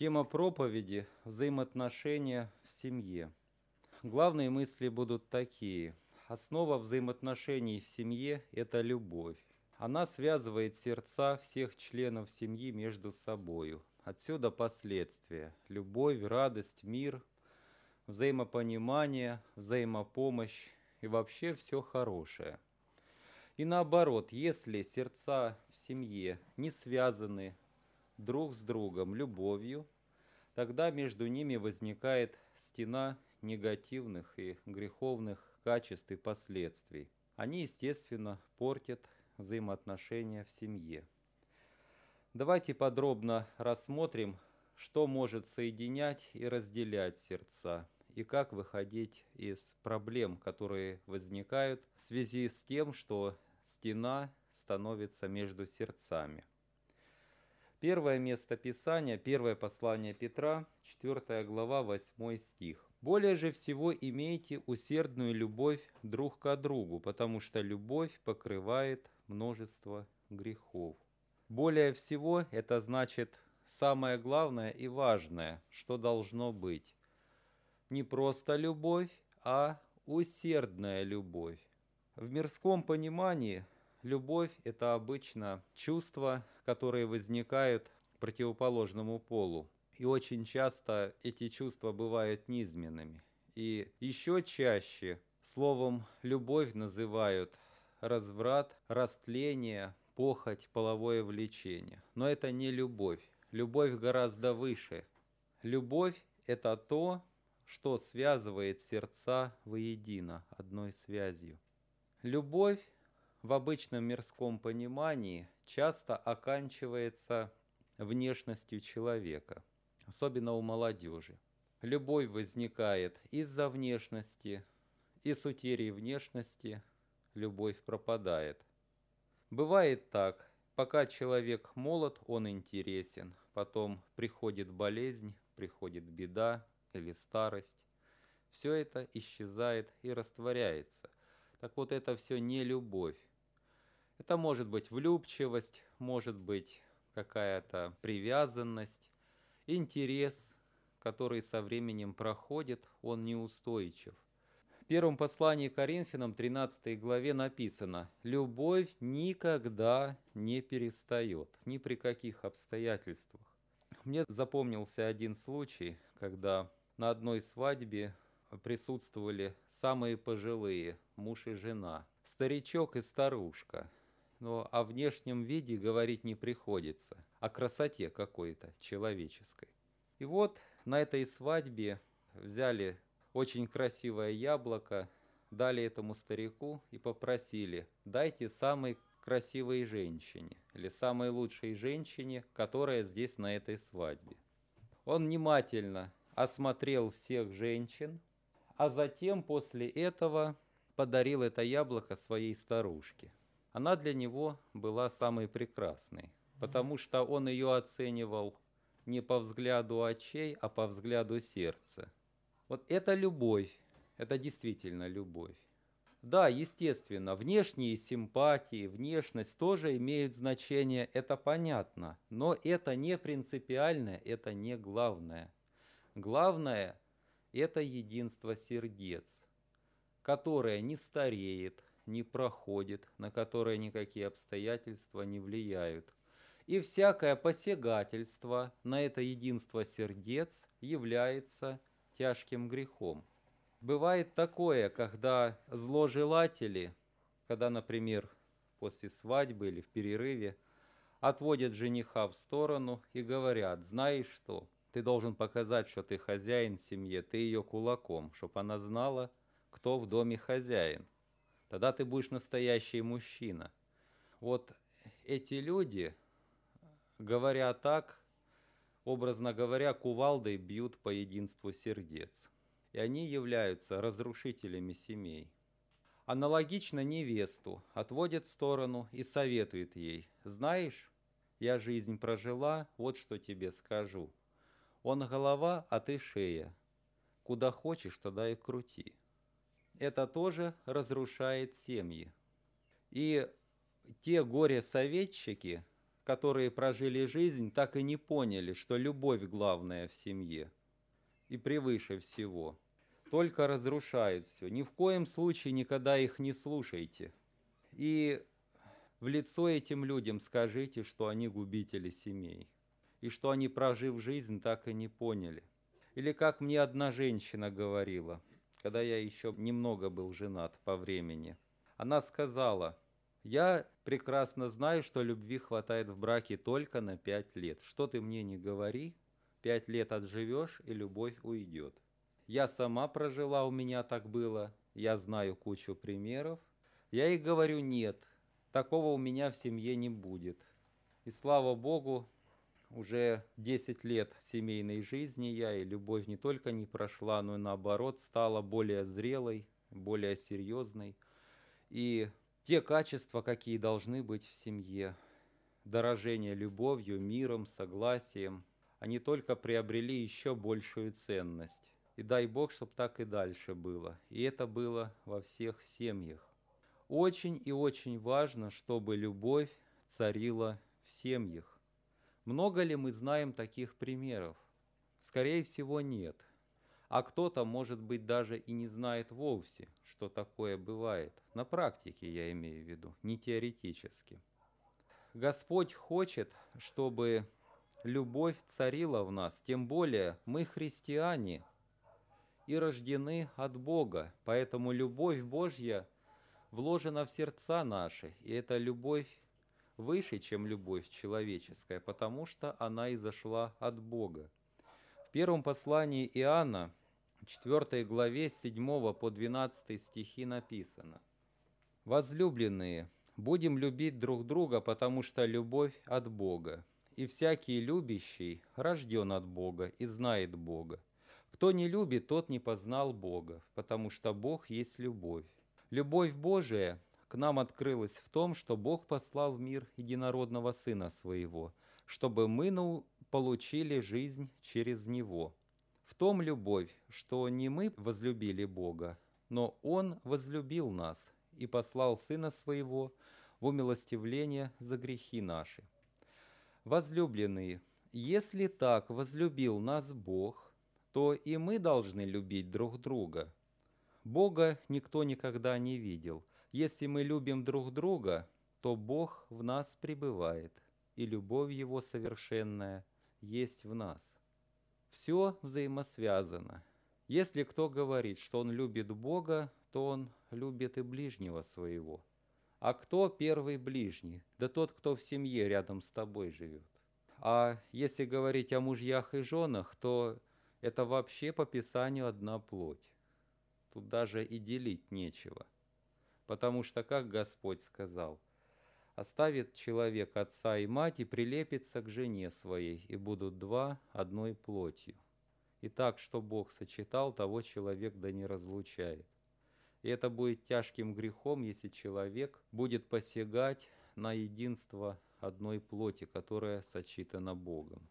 Тема проповеди — взаимоотношения в семье. Главные мысли будут такие. Основа взаимоотношений в семье — это любовь. Она связывает сердца всех членов семьи между собою. Отсюда последствия. Любовь, радость, мир, взаимопонимание, взаимопомощь и вообще все хорошее. И наоборот, если сердца в семье не связаны друг с другом любовью, тогда между ними возникает стена негативных и греховных качеств и последствий. Они, естественно, портят взаимоотношения в семье. Давайте подробно рассмотрим, что может соединять и разделять сердца, и как выходить из проблем, которые возникают в связи с тем, что стена становится между сердцами. Первое место Писания, первое послание Петра, 4 глава, 8 стих. «Более же всего имейте усердную любовь друг к другу, потому что любовь покрывает множество грехов». Более всего – это значит самое главное и важное, что должно быть. Не просто любовь, а усердная любовь. В мирском понимании любовь – это обычно чувства, которые возникают к противоположному полу. И очень часто эти чувства бывают низменными. И еще чаще словом «любовь» называют разврат, растление, похоть, половое влечение. Но это не любовь. Любовь гораздо выше. Любовь – это то, что связывает сердца воедино одной связью. Любовь в обычном мирском понимании часто оканчивается внешностью человека, особенно у молодежи. Любовь возникает из-за внешности, и с утерей внешности любовь пропадает. Бывает так, пока человек молод, он интересен, потом приходит болезнь, приходит беда или старость. Все это исчезает и растворяется. Так вот, это все не любовь. Это может быть влюбчивость, может быть какая-то привязанность, интерес, который со временем проходит, он неустойчив. В первом послании к Коринфянам, 13 главе написано: «Любовь никогда не перестает, ни при каких обстоятельствах». Мне запомнился один случай, когда на одной свадьбе присутствовали самые пожилые, муж и жена, старичок и старушка. Но о внешнем виде говорить не приходится, о красоте какой-то человеческой. И вот на этой свадьбе взяли очень красивое яблоко, дали этому старику и попросили: дайте самой красивой женщине или самой лучшей женщине, которая здесь на этой свадьбе. Он внимательно осмотрел всех женщин, а затем после этого подарил это яблоко своей старушке. Она для него была самой прекрасной, потому что он ее оценивал не по взгляду очей, а по взгляду сердца. Вот это любовь, это действительно любовь. Да, естественно, внешние симпатии, внешность тоже имеют значение, это понятно, но это не принципиальное, это не главное. Главное – это единство сердец, которое не стареет, не проходит, на которое никакие обстоятельства не влияют. И всякое посягательство на это единство сердец является тяжким грехом. Бывает такое, когда зложелатели, когда, например, после свадьбы или в перерыве, отводят жениха в сторону и говорят: знаешь что, ты должен показать, что ты хозяин в семье, ты ее кулаком, чтобы она знала, кто в доме хозяин. Тогда ты будешь настоящий мужчина. Вот эти люди, говоря так, образно говоря, кувалдой бьют по единству сердец. И они являются разрушителями семей. Аналогично невесту отводят в сторону и советует ей: знаешь, я жизнь прожила, вот что тебе скажу. Он голова, а ты шея. Куда хочешь, туда и крути. Это тоже разрушает семьи. И те горе-советчики, которые прожили жизнь, так и не поняли, что любовь главная в семье и превыше всего. Только разрушают все. Ни в коем случае никогда их не слушайте. И в лицо этим людям скажите, что они губители семей. И что они, прожив жизнь, так и не поняли. Или как мне одна женщина говорила, когда я еще немного был женат по времени. Она сказала: я прекрасно знаю, что любви хватает в браке только на 5 лет. Что ты мне не говори, 5 лет отживешь, и любовь уйдет. Я сама прожила, у меня так было, я знаю кучу примеров. Я ей говорю: нет, такого у меня в семье не будет. И слава Богу, уже 10 лет семейной жизни я, и любовь не только не прошла, но и наоборот стала более зрелой, более серьезной. И те качества, какие должны быть в семье, дорожение любовью, миром, согласием, они только приобрели еще большую ценность. И дай Бог, чтобы так и дальше было. И это было во всех семьях. Очень и очень важно, чтобы любовь царила в семьях. Много ли мы знаем таких примеров? Скорее всего, нет. А кто-то, может быть, даже и не знает вовсе, что такое бывает. На практике я имею в виду, не теоретически. Господь хочет, чтобы любовь царила в нас, тем более мы христиане и рождены от Бога, поэтому любовь Божья вложена в сердца наши, и эта любовь выше, чем любовь человеческая, потому что она изошла от Бога. В первом послании Иоанна, 4 главе, 7 по 12 стихи написано: «Возлюбленные, будем любить друг друга, потому что любовь от Бога. И всякий любящий рожден от Бога и знает Бога. Кто не любит, тот не познал Бога, потому что Бог есть любовь. Любовь Божия к нам открылась в том, что Бог послал в мир единородного Сына Своего, чтобы мы получили жизнь через Него. В том любовь, что не мы возлюбили Бога, но Он возлюбил нас и послал Сына Своего в умилостивление за грехи наши. Возлюбленные, если так возлюбил нас Бог, то и мы должны любить друг друга. Бога никто никогда не видел. Если мы любим друг друга, то Бог в нас пребывает, и любовь Его совершенная есть в нас. Все взаимосвязано. Если кто говорит, что он любит Бога, то он любит и ближнего своего. А кто первый ближний? Да тот, кто в семье рядом с тобой живет. А если говорить о мужьях и женах, то это вообще по Писанию одна плоть. Тут даже и делить нечего. Потому что, как Господь сказал, оставит человек отца и мать и прилепится к жене своей, и будут два одной плотью. И так, что Бог сочетал, того человек да не разлучает. И это будет тяжким грехом, если человек будет посягать на единство одной плоти, которая сочетана Богом.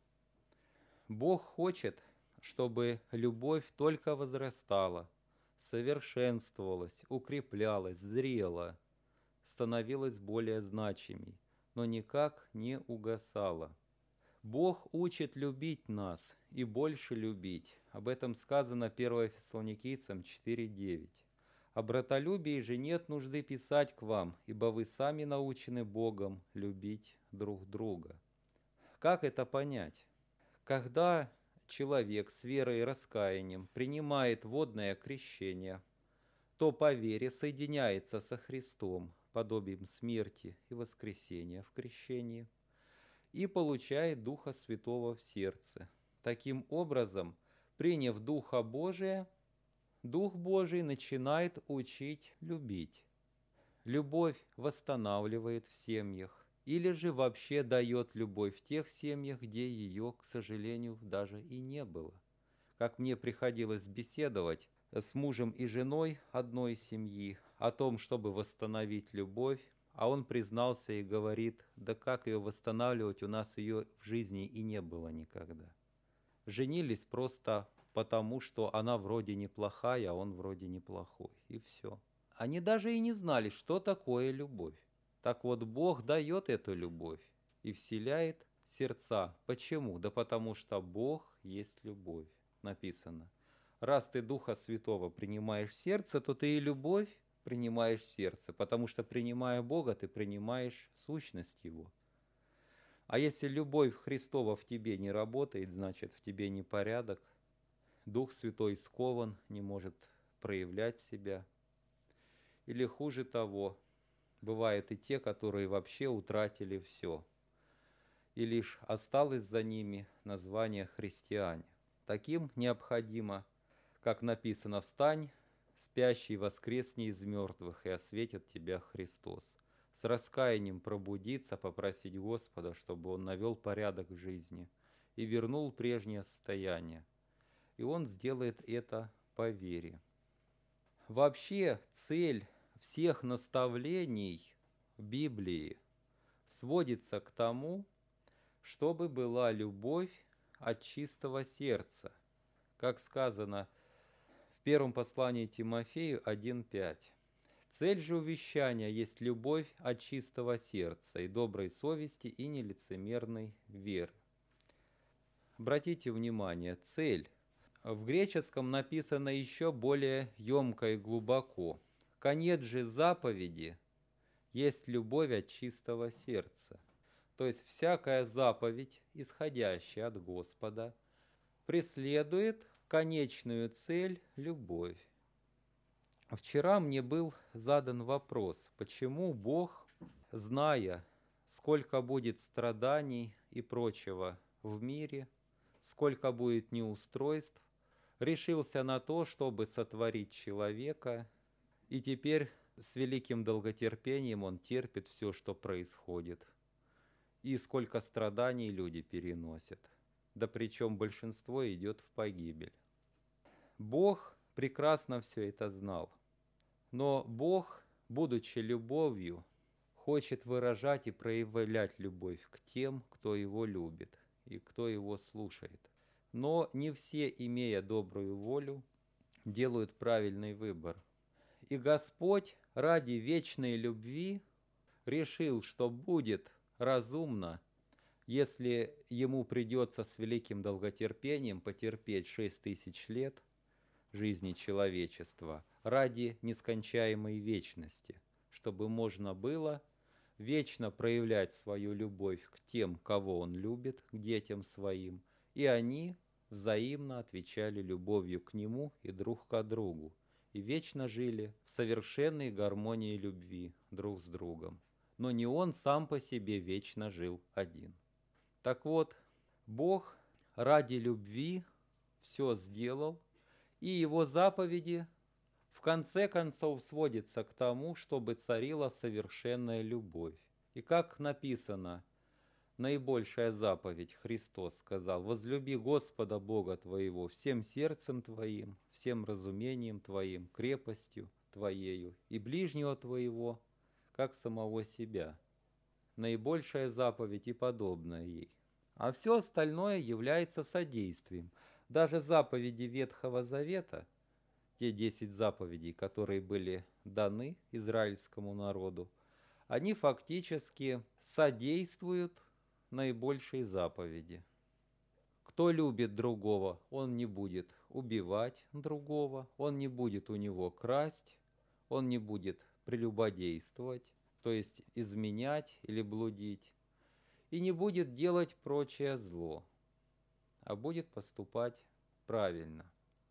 Бог хочет, чтобы любовь только возрастала, совершенствовалась, укреплялась, зрела, становилась более значимой, но никак не угасала. Бог учит любить нас и больше любить. Об этом сказано 1 Фессалоникийцам 4:9. О братолюбии же нет нужды писать к вам, ибо вы сами научены Богом любить друг друга. Как это понять? Когда человек с верой и раскаянием принимает водное крещение, то по вере соединяется со Христом, подобием смерти и воскресения в крещении, и получает Духа Святого в сердце. Таким образом, приняв Духа Божия, Дух Божий начинает учить любить. Любовь восстанавливает в семьях, или же вообще дает любовь в тех семьях, где ее, к сожалению, даже и не было. Как мне приходилось беседовать с мужем и женой одной семьи о том, чтобы восстановить любовь, а он признался и говорит: да как ее восстанавливать, у нас ее в жизни и не было никогда. Женились просто потому, что она вроде неплохая, а он вроде неплохой, и все. Они даже и не знали, что такое любовь. Так вот, Бог дает эту любовь. и вселяет сердца. Почему? Да потому что Бог есть любовь, написано. Раз ты Духа Святого принимаешь в сердце, то ты и любовь принимаешь в сердце, потому что, принимая Бога, ты принимаешь сущность Его. А если любовь Христова в тебе не работает, значит, в тебе непорядок, Дух Святой скован, не может проявлять себя. Или хуже того, бывают и те, которые вообще утратили все, и лишь осталось за ними название христиане. Таким необходимо, как написано: «Встань, спящий, воскресни из мертвых, и осветит тебя Христос». С раскаянием пробудиться, попросить Господа, чтобы Он навел порядок в жизни и вернул прежнее состояние. И Он сделает это по вере. Вообще цель всех наставлений в Библии сводится к тому, чтобы была любовь от чистого сердца, как сказано в первом послании Тимофею 1:5. Цель же увещания есть любовь от чистого сердца и доброй совести и нелицемерной веры. Обратите внимание, цель в греческом написано еще более емко и глубоко. Конец же заповеди есть любовь от чистого сердца. То есть всякая заповедь, исходящая от Господа, преследует конечную цель – любовь. Вчера мне был задан вопрос, почему Бог, зная, сколько будет страданий и прочего в мире, сколько будет неустройств, решился на то, чтобы сотворить человека, и теперь с великим долготерпением Он терпит все, что происходит. И сколько страданий люди переносят. Да причем большинство идет в погибель. Бог прекрасно все это знал. Но Бог, будучи любовью, хочет выражать и проявлять любовь к тем, кто Его любит и кто Его слушает. Но не все, имея добрую волю, делают правильный выбор. И Господь ради вечной любви решил, что будет разумно, если Ему придется с великим долготерпением потерпеть 6000 лет жизни человечества ради нескончаемой вечности, чтобы можно было вечно проявлять свою любовь к тем, кого Он любит, к детям Своим, и они взаимно отвечали любовью к Нему и друг к другу, и вечно жили в совершенной гармонии любви друг с другом. Но не Он сам по себе вечно жил один. Так вот, Бог ради любви все сделал, и Его заповеди в конце концов сводятся к тому, чтобы царила совершенная любовь. И как написано, наибольшая заповедь, Христос сказал: «Возлюби Господа Бога твоего всем сердцем твоим, всем разумением твоим, крепостью твоею, и ближнего твоего, как самого себя». Наибольшая заповедь и подобная ей. А все остальное является содействием. Даже заповеди Ветхого Завета, те 10 заповедей, которые были даны израильскому народу, они фактически содействуют наибольшей заповеди. Кто любит другого, он не будет убивать другого, он не будет у него красть, он не будет прелюбодействовать, то есть изменять или блудить, и не будет делать прочее зло, а будет поступать правильно.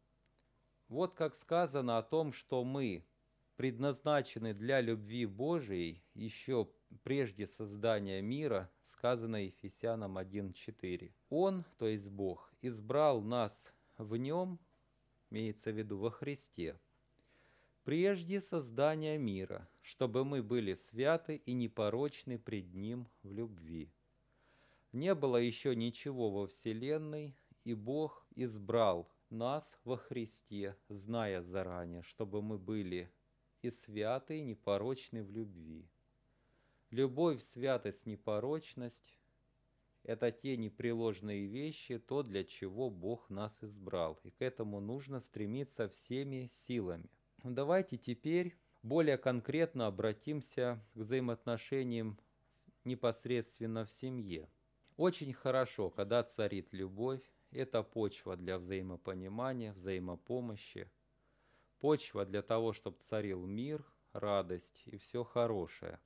Вот как сказано о том, что мы предназначены для любви Божией еще прежде создания мира, сказано Ефесянам 1:4. Он, то есть Бог, избрал нас в Нем, имеется в виду во Христе, прежде создания мира, чтобы мы были святы и непорочны пред Ним в любви. Не было еще ничего во Вселенной, и Бог избрал нас во Христе, зная заранее, чтобы мы были и святы, и непорочны в любви. Любовь, святость, непорочность – это те непреложные вещи, то, для чего Бог нас избрал. И к этому нужно стремиться всеми силами. Давайте теперь более конкретно обратимся к взаимоотношениям непосредственно в семье. Очень хорошо, когда царит любовь, это почва для взаимопонимания, взаимопомощи, почва для того, чтобы царил мир, радость и все хорошее.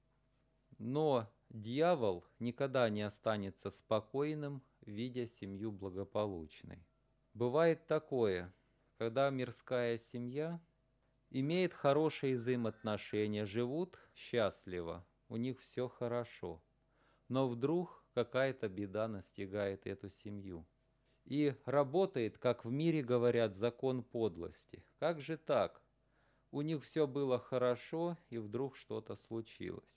Но дьявол никогда не останется спокойным, видя семью благополучной. Бывает такое, когда мирская семья имеет хорошие взаимоотношения, живут счастливо, у них все хорошо. Но вдруг какая-то беда настигает эту семью. И работает, как в мире говорят, закон подлости. Как же так? У них все было хорошо, и вдруг что-то случилось.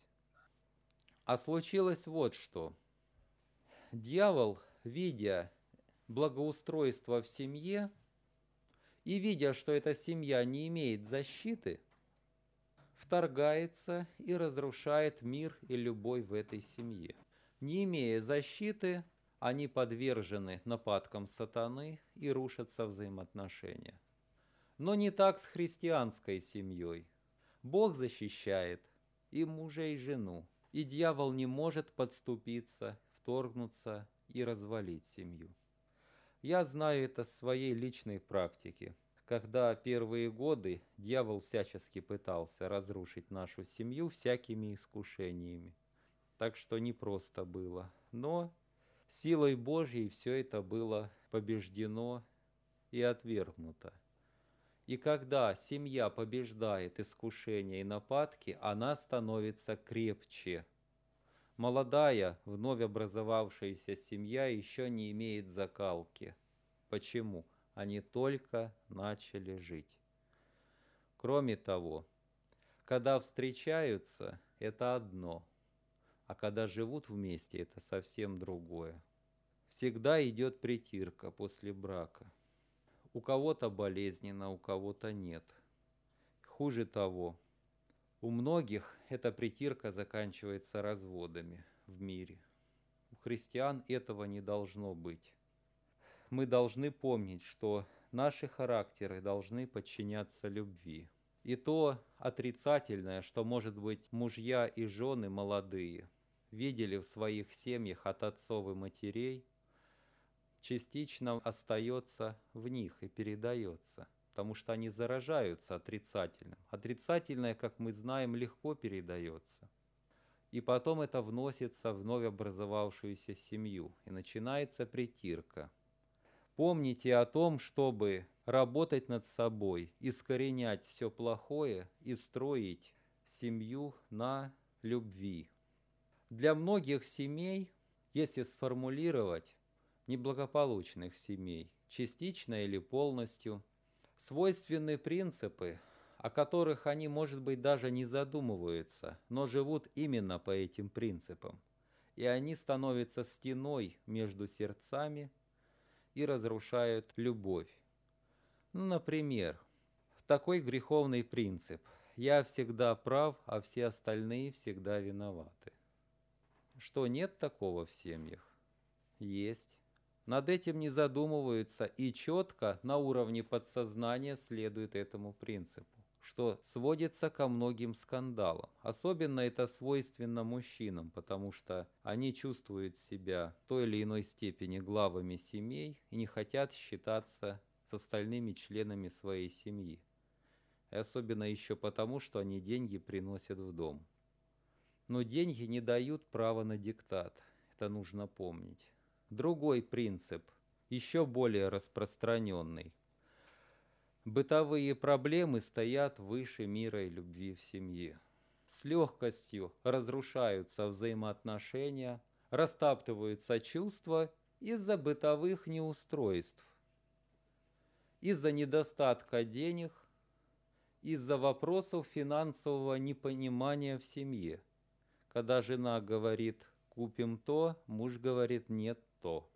А случилось вот что. Дьявол, видя благоустройство в семье и видя, что эта семья не имеет защиты, вторгается и разрушает мир и любовь в этой семье. Не имея защиты, они подвержены нападкам сатаны и рушатся взаимоотношения. Но не так с христианской семьей. Бог защищает и мужа, и жену, и дьявол не может подступиться, вторгнуться и развалить семью. Я знаю это с своей личной практики, когда первые годы дьявол всячески пытался разрушить нашу семью всякими искушениями. Так что непросто было. Но силой Божьей все это было побеждено и отвергнуто. И когда семья побеждает искушения и нападки, она становится крепче. Молодая, вновь образовавшаяся семья еще не имеет закалки. Почему? Они только начали жить. Кроме того, когда встречаются, это одно, а когда живут вместе, это совсем другое. Всегда идет притирка после брака. У кого-то болезненно, у кого-то нет. Хуже того, у многих эта притирка заканчивается разводами в мире. У христиан этого не должно быть. Мы должны помнить, что наши характеры должны подчиняться любви. И то отрицательное, что, может быть, мужья и жены молодые видели в своих семьях от отцов и матерей, частично остается в них и передается, потому что они заражаются отрицательным. Отрицательное, как мы знаем, легко передается. И потом это вносится в вновь образовавшуюся семью, и начинается притирка. Помните о том, чтобы работать над собой, искоренять все плохое и строить семью на любви. Для многих семей, если сформулировать, неблагополучных семей, частично или полностью, свойственны принципы, о которых они, может быть, даже не задумываются, но живут именно по этим принципам. И они становятся стеной между сердцами и разрушают любовь. Ну, например, такой греховный принцип: «Я всегда прав, а все остальные всегда виноваты». Что, нет такого в семьях? Есть. Над этим не задумываются и четко на уровне подсознания следуют этому принципу, что сводится ко многим скандалам. Особенно это свойственно мужчинам, потому что они чувствуют себя в той или иной степени главами семей и не хотят считаться с остальными членами своей семьи. И особенно еще потому, что они деньги приносят в дом. Но деньги не дают права на диктат, это нужно помнить. Другой принцип, еще более распространенный. Бытовые проблемы стоят выше мира и любви в семье. С легкостью разрушаются взаимоотношения, растаптываются чувства из-за бытовых неустройств, из-за недостатка денег, из-за вопросов финансового непонимания в семье. Когда жена говорит «купим то», муж говорит «нет то».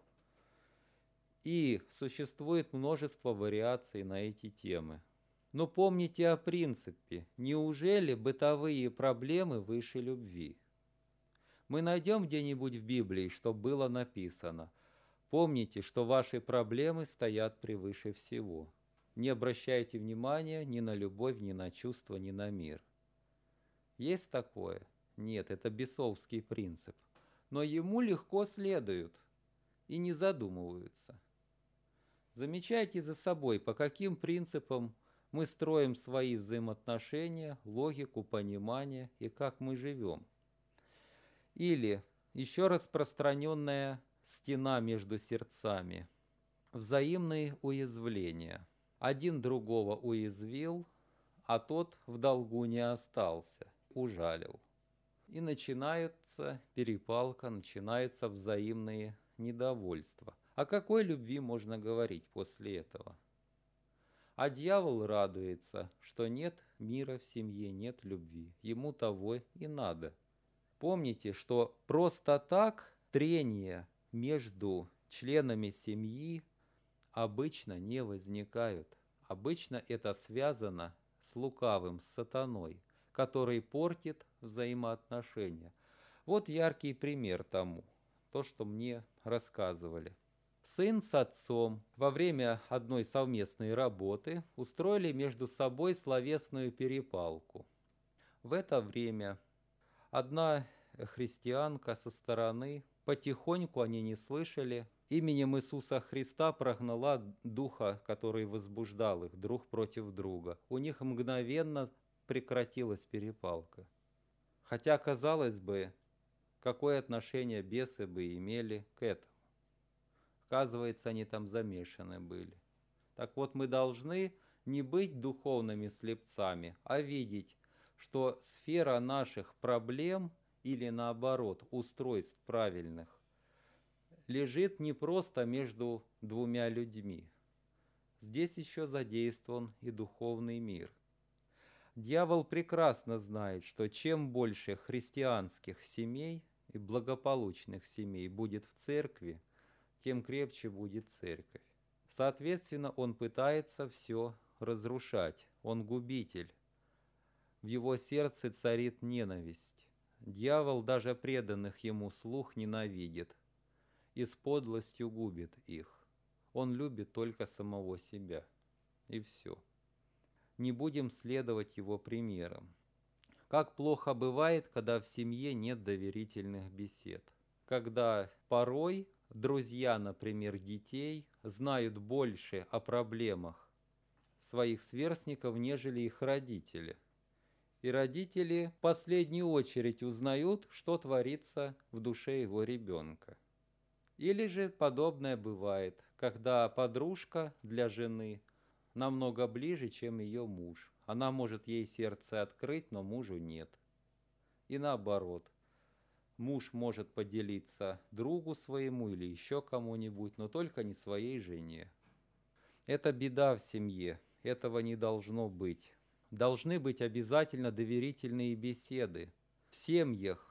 И существует множество вариаций на эти темы. Но помните о принципе: неужели бытовые проблемы выше любви? Мы найдем где-нибудь в Библии, что было написано: помните, что ваши проблемы стоят превыше всего. Не обращайте внимания ни на любовь, ни на чувства, ни на мир. Есть такое? Нет, это бесовский принцип. Но ему легко следуют и не задумываются. Замечайте за собой, по каким принципам мы строим свои взаимоотношения, логику, понимание и как мы живем. Или еще распространенная стена между сердцами – взаимные уязвления. Один другого уязвил, а тот в долгу не остался, ужалил. И начинается перепалка, начинается взаимные недовольства. О какой любви можно говорить после этого? А дьявол радуется, что нет мира в семье, нет любви. Ему того и надо. Помните, что просто так трения между членами семьи обычно не возникают. Обычно это связано с лукавым, с сатаной, который портит взаимоотношения. Вот яркий пример тому, то, что мне рассказывали. Сын с отцом во время одной совместной работы устроили между собой словесную перепалку. В это время одна христианка со стороны, потихоньку они не слышали, именем Иисуса Христа прогнала духа, который возбуждал их друг против друга. У них мгновенно прекратилась перепалка. Хотя, казалось бы, какое отношение бесы бы имели к этому? Оказывается, они там замешаны были. Так вот, мы должны не быть духовными слепцами, а видеть, что сфера наших проблем или наоборот устройств правильных лежит не просто между двумя людьми. Здесь еще задействован и духовный мир. Дьявол прекрасно знает, что чем больше христианских семей и благополучных семей будет в церкви, тем крепче будет церковь. Соответственно, он пытается все разрушать. Он губитель. В его сердце царит ненависть. Дьявол даже преданных ему слух ненавидит и с подлостью губит их. Он любит только самого себя. И все. Не будем следовать его примерам. Как плохо бывает, когда в семье нет доверительных бесед. Когда порой друзья, например, детей, знают больше о проблемах своих сверстников, нежели их родители. И родители в последнюю очередь узнают, что творится в душе его ребенка. Или же подобное бывает, когда подружка для жены намного ближе, чем ее муж. Она может ей сердце открыть, но мужу нет. И наоборот. Муж может поделиться другу своему или еще кому-нибудь, но только не своей жене. Это беда в семье, этого не должно быть. Должны быть обязательно доверительные беседы. В семьях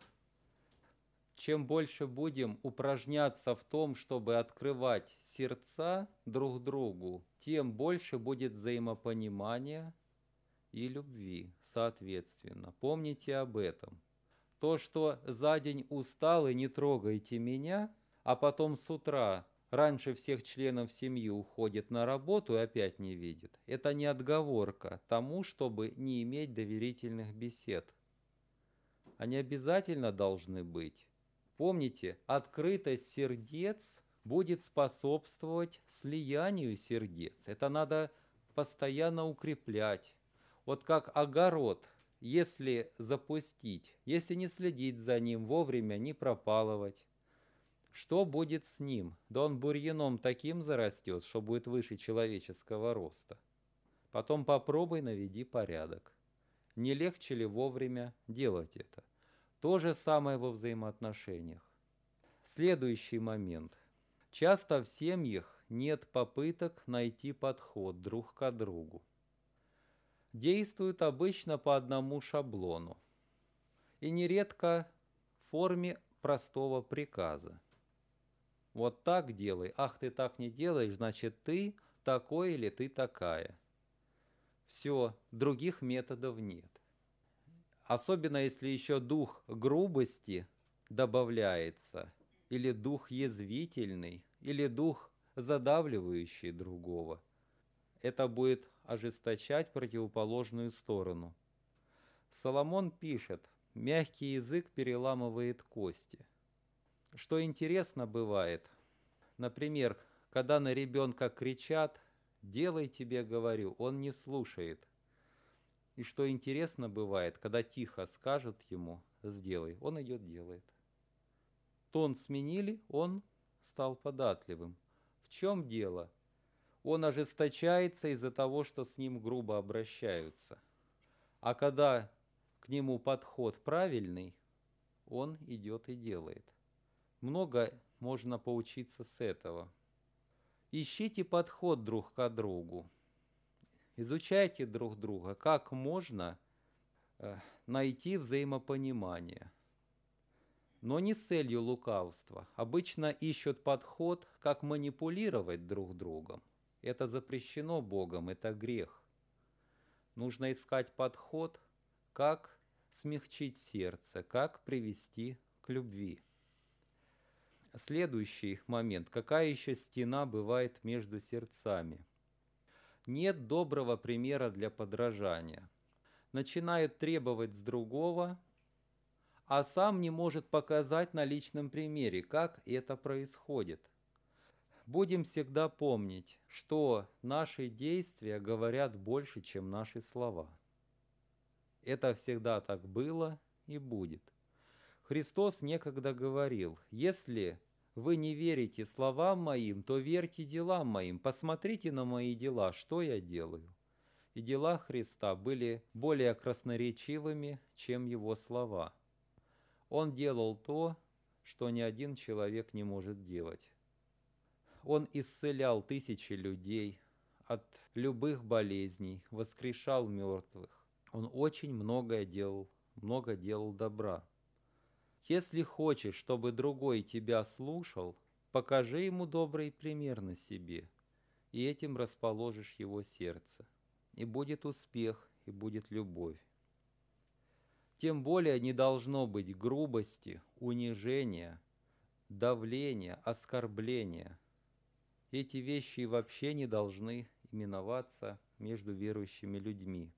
чем больше будем упражняться в том, чтобы открывать сердца друг другу, тем больше будет взаимопонимания и любви, соответственно. Помните об этом. То, что за день устал и не трогайте меня, а потом с утра раньше всех членов семьи уходит на работу и опять не видит, это не отговорка тому, чтобы не иметь доверительных бесед. Они обязательно должны быть. Помните, открытость сердец будет способствовать слиянию сердец. Это надо постоянно укреплять. Вот как огород, если запустить, если не следить за ним, вовремя не пропалывать, что будет с ним? Да он бурьяном таким зарастет, что будет выше человеческого роста. Потом попробуй наведи порядок. Не легче ли вовремя делать это? То же самое во взаимоотношениях. Следующий момент. Часто в семьях нет попыток найти подход друг к другу. Действуют обычно по одному шаблону. И нередко в форме простого приказа. Вот так делай. Ах, ты так не делаешь, значит ты такой или ты такая. Все, других методов нет. Особенно если еще дух грубости добавляется, или дух язвительный, или дух задавливающий другого. Это будет ожесточать противоположную сторону. Соломон пишет: мягкий язык переламывает кости. Что интересно бывает, например, когда на ребенка кричат: «Делай, тебе говорю», он не слушает. И что интересно бывает, когда тихо скажут ему: «Сделай», он идет, делает. Тон сменили, он стал податливым. В чем дело? Он ожесточается из-за того, что с ним грубо обращаются. А когда к нему подход правильный, он идет и делает. Много можно поучиться с этого. Ищите подход друг к другу. Изучайте друг друга, как можно найти взаимопонимание. Но не с целью лукавства. Обычно ищут подход, как манипулировать друг другом. Это запрещено Богом, это грех. Нужно искать подход, как смягчить сердце, как привести к любви. Следующий момент. Какая еще стена бывает между сердцами? Нет доброго примера для подражания. Начинают требовать с другого, а сам не может показать на личном примере, как это происходит. Будем всегда помнить, что наши действия говорят больше, чем наши слова. Это всегда так было и будет. Христос некогда говорил: «Если вы не верите словам моим, то верьте делам моим. Посмотрите на мои дела, что я делаю». И дела Христа были более красноречивыми, чем его слова. Он делал то, что ни один человек не может делать. Он исцелял тысячи людей от любых болезней, воскрешал мертвых. Он очень много делал добра. Если хочешь, чтобы другой тебя слушал, покажи ему добрый пример на себе, и этим расположишь его сердце. И будет успех, и будет любовь. Тем более не должно быть грубости, унижения, давления, оскорбления. Эти вещи вообще не должны именоваться между верующими людьми.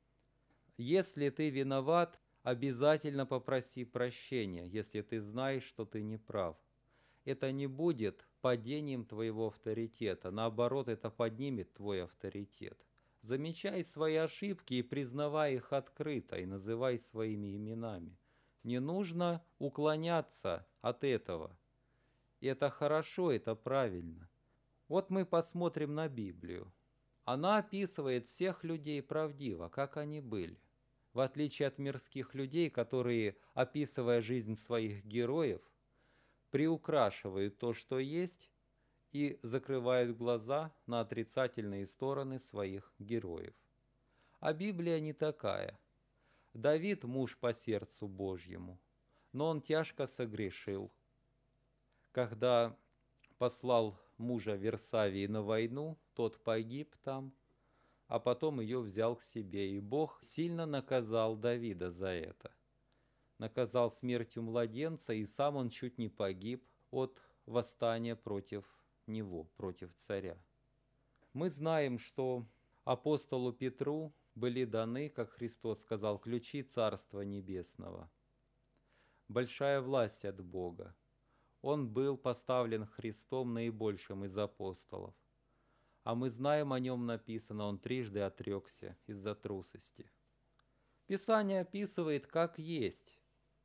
Если ты виноват, обязательно попроси прощения, если ты знаешь, что ты не прав. Это не будет падением твоего авторитета, наоборот, это поднимет твой авторитет. Замечай свои ошибки и признавай их открыто, и называй своими именами. Не нужно уклоняться от этого. Это хорошо, это правильно. Вот мы посмотрим на Библию. Она описывает всех людей правдиво, как они были. В отличие от мирских людей, которые, описывая жизнь своих героев, приукрашивают то, что есть, и закрывают глаза на отрицательные стороны своих героев. А Библия не такая. Давид – муж по сердцу Божьему, но он тяжко согрешил. Когда послал мужа Версавии на войну, тот погиб там, а потом ее взял к себе, и Бог сильно наказал Давида за это. Наказал смертью младенца, и сам он чуть не погиб от восстания против него, против царя. Мы знаем, что апостолу Петру были даны, как Христос сказал, ключи Царства Небесного. Большая власть от Бога. Он был поставлен Христом наибольшим из апостолов. А мы знаем, о нем написано, он трижды отрекся из-за трусости. Писание описывает, как есть.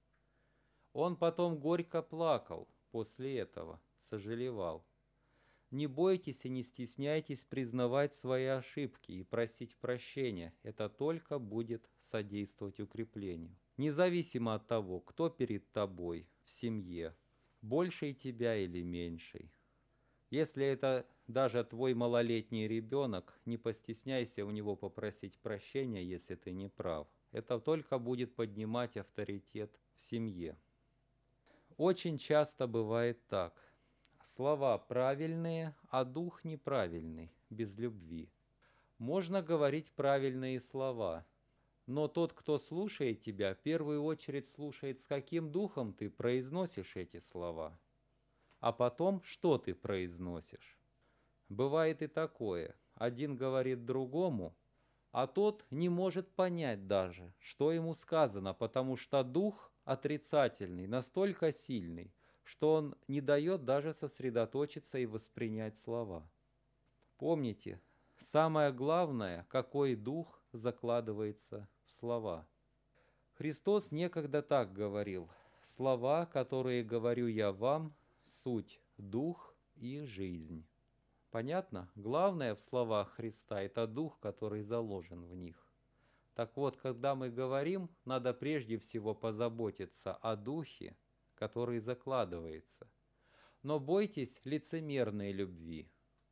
Он потом горько плакал после этого, сожалевал. Не бойтесь и не стесняйтесь признавать свои ошибки и просить прощения. Это только будет содействовать укреплению. Независимо от того, кто перед тобой в семье, больший тебя или меньший. Если это даже твой малолетний ребенок, не постесняйся у него попросить прощения, если ты не прав. Это только будет поднимать авторитет в семье. Очень часто бывает так. Слова правильные, а дух неправильный, без любви. Можно говорить правильные слова, но тот, кто слушает тебя, в первую очередь слушает, с каким духом ты произносишь эти слова, а потом, что ты произносишь. Бывает и такое. Один говорит другому, а тот не может понять даже, что ему сказано, потому что дух отрицательный настолько сильный, что он не дает даже сосредоточиться и воспринять слова. Помните, самое главное, какой дух закладывается в слова. Христос некогда так говорил: «Слова, которые говорю я вам, суть дух и жизнь». Понятно? Главное в словах Христа – это дух, который заложен в них. Так вот, когда мы говорим, надо прежде всего позаботиться о духе, который закладывается. Но бойтесь лицемерной любви.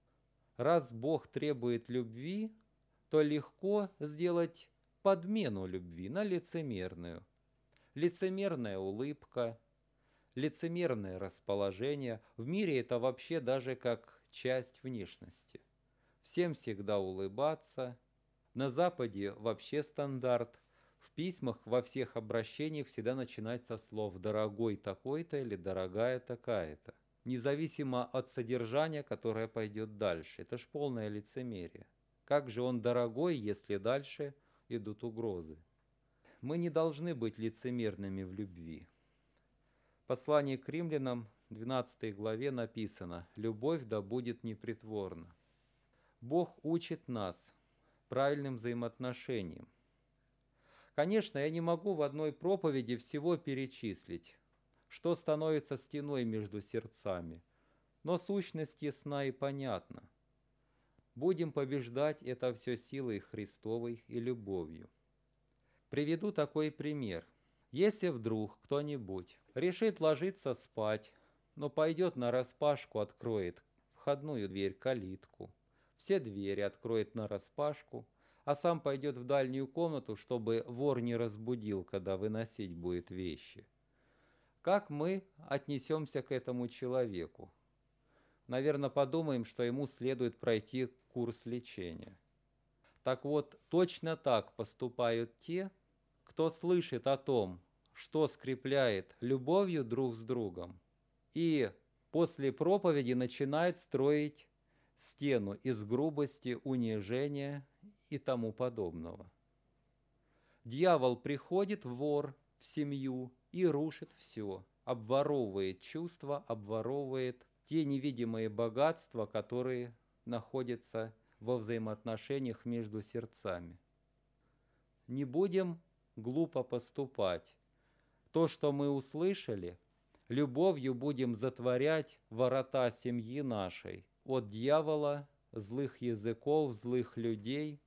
Раз Бог требует любви, то легко сделать подмену любви на лицемерную. Лицемерная улыбка, лицемерное расположение. В мире это вообще даже как часть внешности. Всем всегда улыбаться. На Западе вообще стандарт. В письмах во всех обращениях всегда начинать со слов «дорогой такой-то» или «дорогая такая-то». Независимо от содержания, которое пойдет дальше. Это ж полное лицемерие. Как же он дорогой, если дальше идут угрозы? Мы не должны быть лицемерными в любви. В послании к римлянам, 12 главе написано: «Любовь да будет непритворна». Бог учит нас правильным взаимоотношениям. Конечно, я не могу в одной проповеди всего перечислить, что становится стеной между сердцами, но сущность ясна и понятна. Будем побеждать это все силой Христовой и любовью. Приведу такой пример. Если вдруг кто-нибудь решит ложиться спать, но пойдет нараспашку, откроет входную дверь, калитку, все двери откроет нараспашку, а сам пойдет в дальнюю комнату, чтобы вор не разбудил, когда выносить будет вещи. Как мы отнесемся к этому человеку? Наверное, подумаем, что ему следует пройти курс лечения. Так вот, точно так поступают те, кто слышит о том, что скрепляет любовью друг с другом, и после проповеди начинает строить стену из грубости, унижения и тому подобного. Дьявол приходит, вор, в семью и рушит все, обворовывает чувства, обворовывает те невидимые богатства, которые находятся во взаимоотношениях между сердцами. Не будем глупо поступать. То, что мы услышали, любовью будем затворять ворота семьи нашей от дьявола, злых языков, злых людей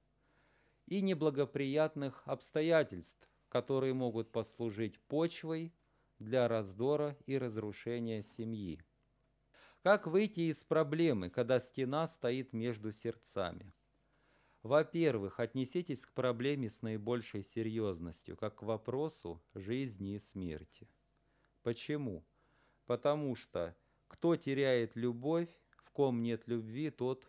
и неблагоприятных обстоятельств, которые могут послужить почвой для раздора и разрушения семьи. Как выйти из проблемы, когда стена стоит между сердцами? Во-первых, отнеситесь к проблеме с наибольшей серьезностью, как к вопросу жизни и смерти. Почему? Потому что кто теряет любовь, в ком нет любви, тот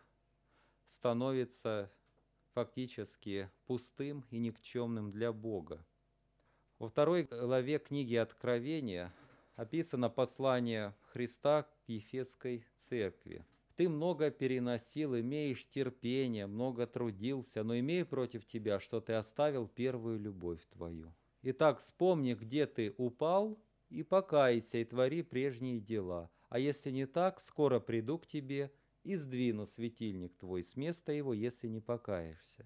становится фактически пустым и никчемным для Бога. Во 2 главе книги Откровения описано послание Христа к Ефесской церкви. «Ты много переносил, имеешь терпение, много трудился, но имею против тебя, что ты оставил первую любовь твою. Итак, вспомни, где ты упал, и покайся, и твори прежние дела. А если не так, скоро приду к тебе и сдвину светильник твой с места его, если не покаешься».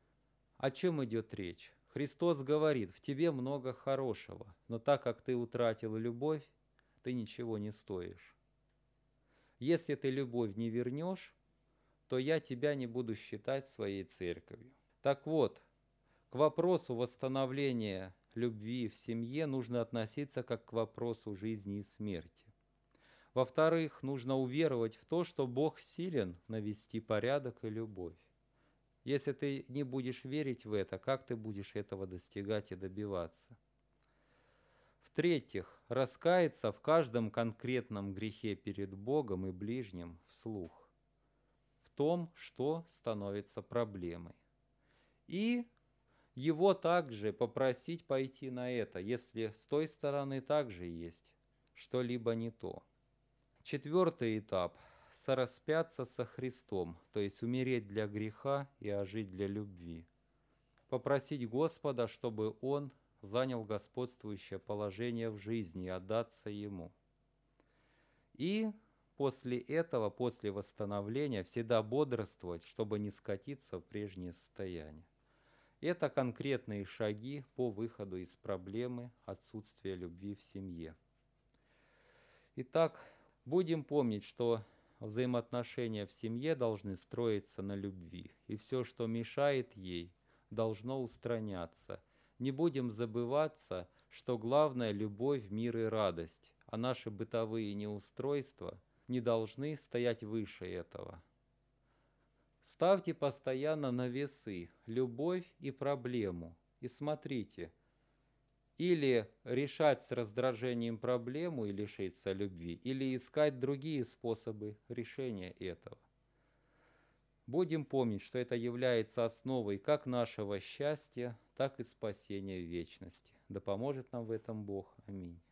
О чем идет речь? Христос говорит: в тебе много хорошего, но так как ты утратил любовь, ты ничего не стоишь. Если ты любовь не вернешь, то я тебя не буду считать своей церковью. Так вот, к вопросу восстановления любви в семье нужно относиться как к вопросу жизни и смерти. Во-вторых, нужно уверовать в то, что Бог силен навести порядок и любовь. Если ты не будешь верить в это, как ты будешь этого достигать и добиваться? В-третьих, раскаяться в каждом конкретном грехе перед Богом и ближним вслух, в том, что становится проблемой. И его также попросить пойти на это, если с той стороны также есть что-либо не то. 4 этап – сораспяться со Христом, то есть умереть для греха и ожить для любви. попросить Господа, чтобы Он занял господствующее положение в жизни и отдаться Ему. И после этого, после восстановления, всегда бодрствовать, чтобы не скатиться в прежнее состояние. Это конкретные шаги по выходу из проблемы отсутствия любви в семье. Итак, будем помнить, что взаимоотношения в семье должны строиться на любви, и все, что мешает ей, должно устраняться. Не будем забываться, что главное – любовь, мир и радость, а наши бытовые неустройства не должны стоять выше этого. Ставьте постоянно на весы любовь и проблему, и смотрите, или решать с раздражением проблему и лишиться любви, или искать другие способы решения этого. Будем помнить, что это является основой как нашего счастья, так и спасения в вечности. Да поможет нам в этом Бог. Аминь.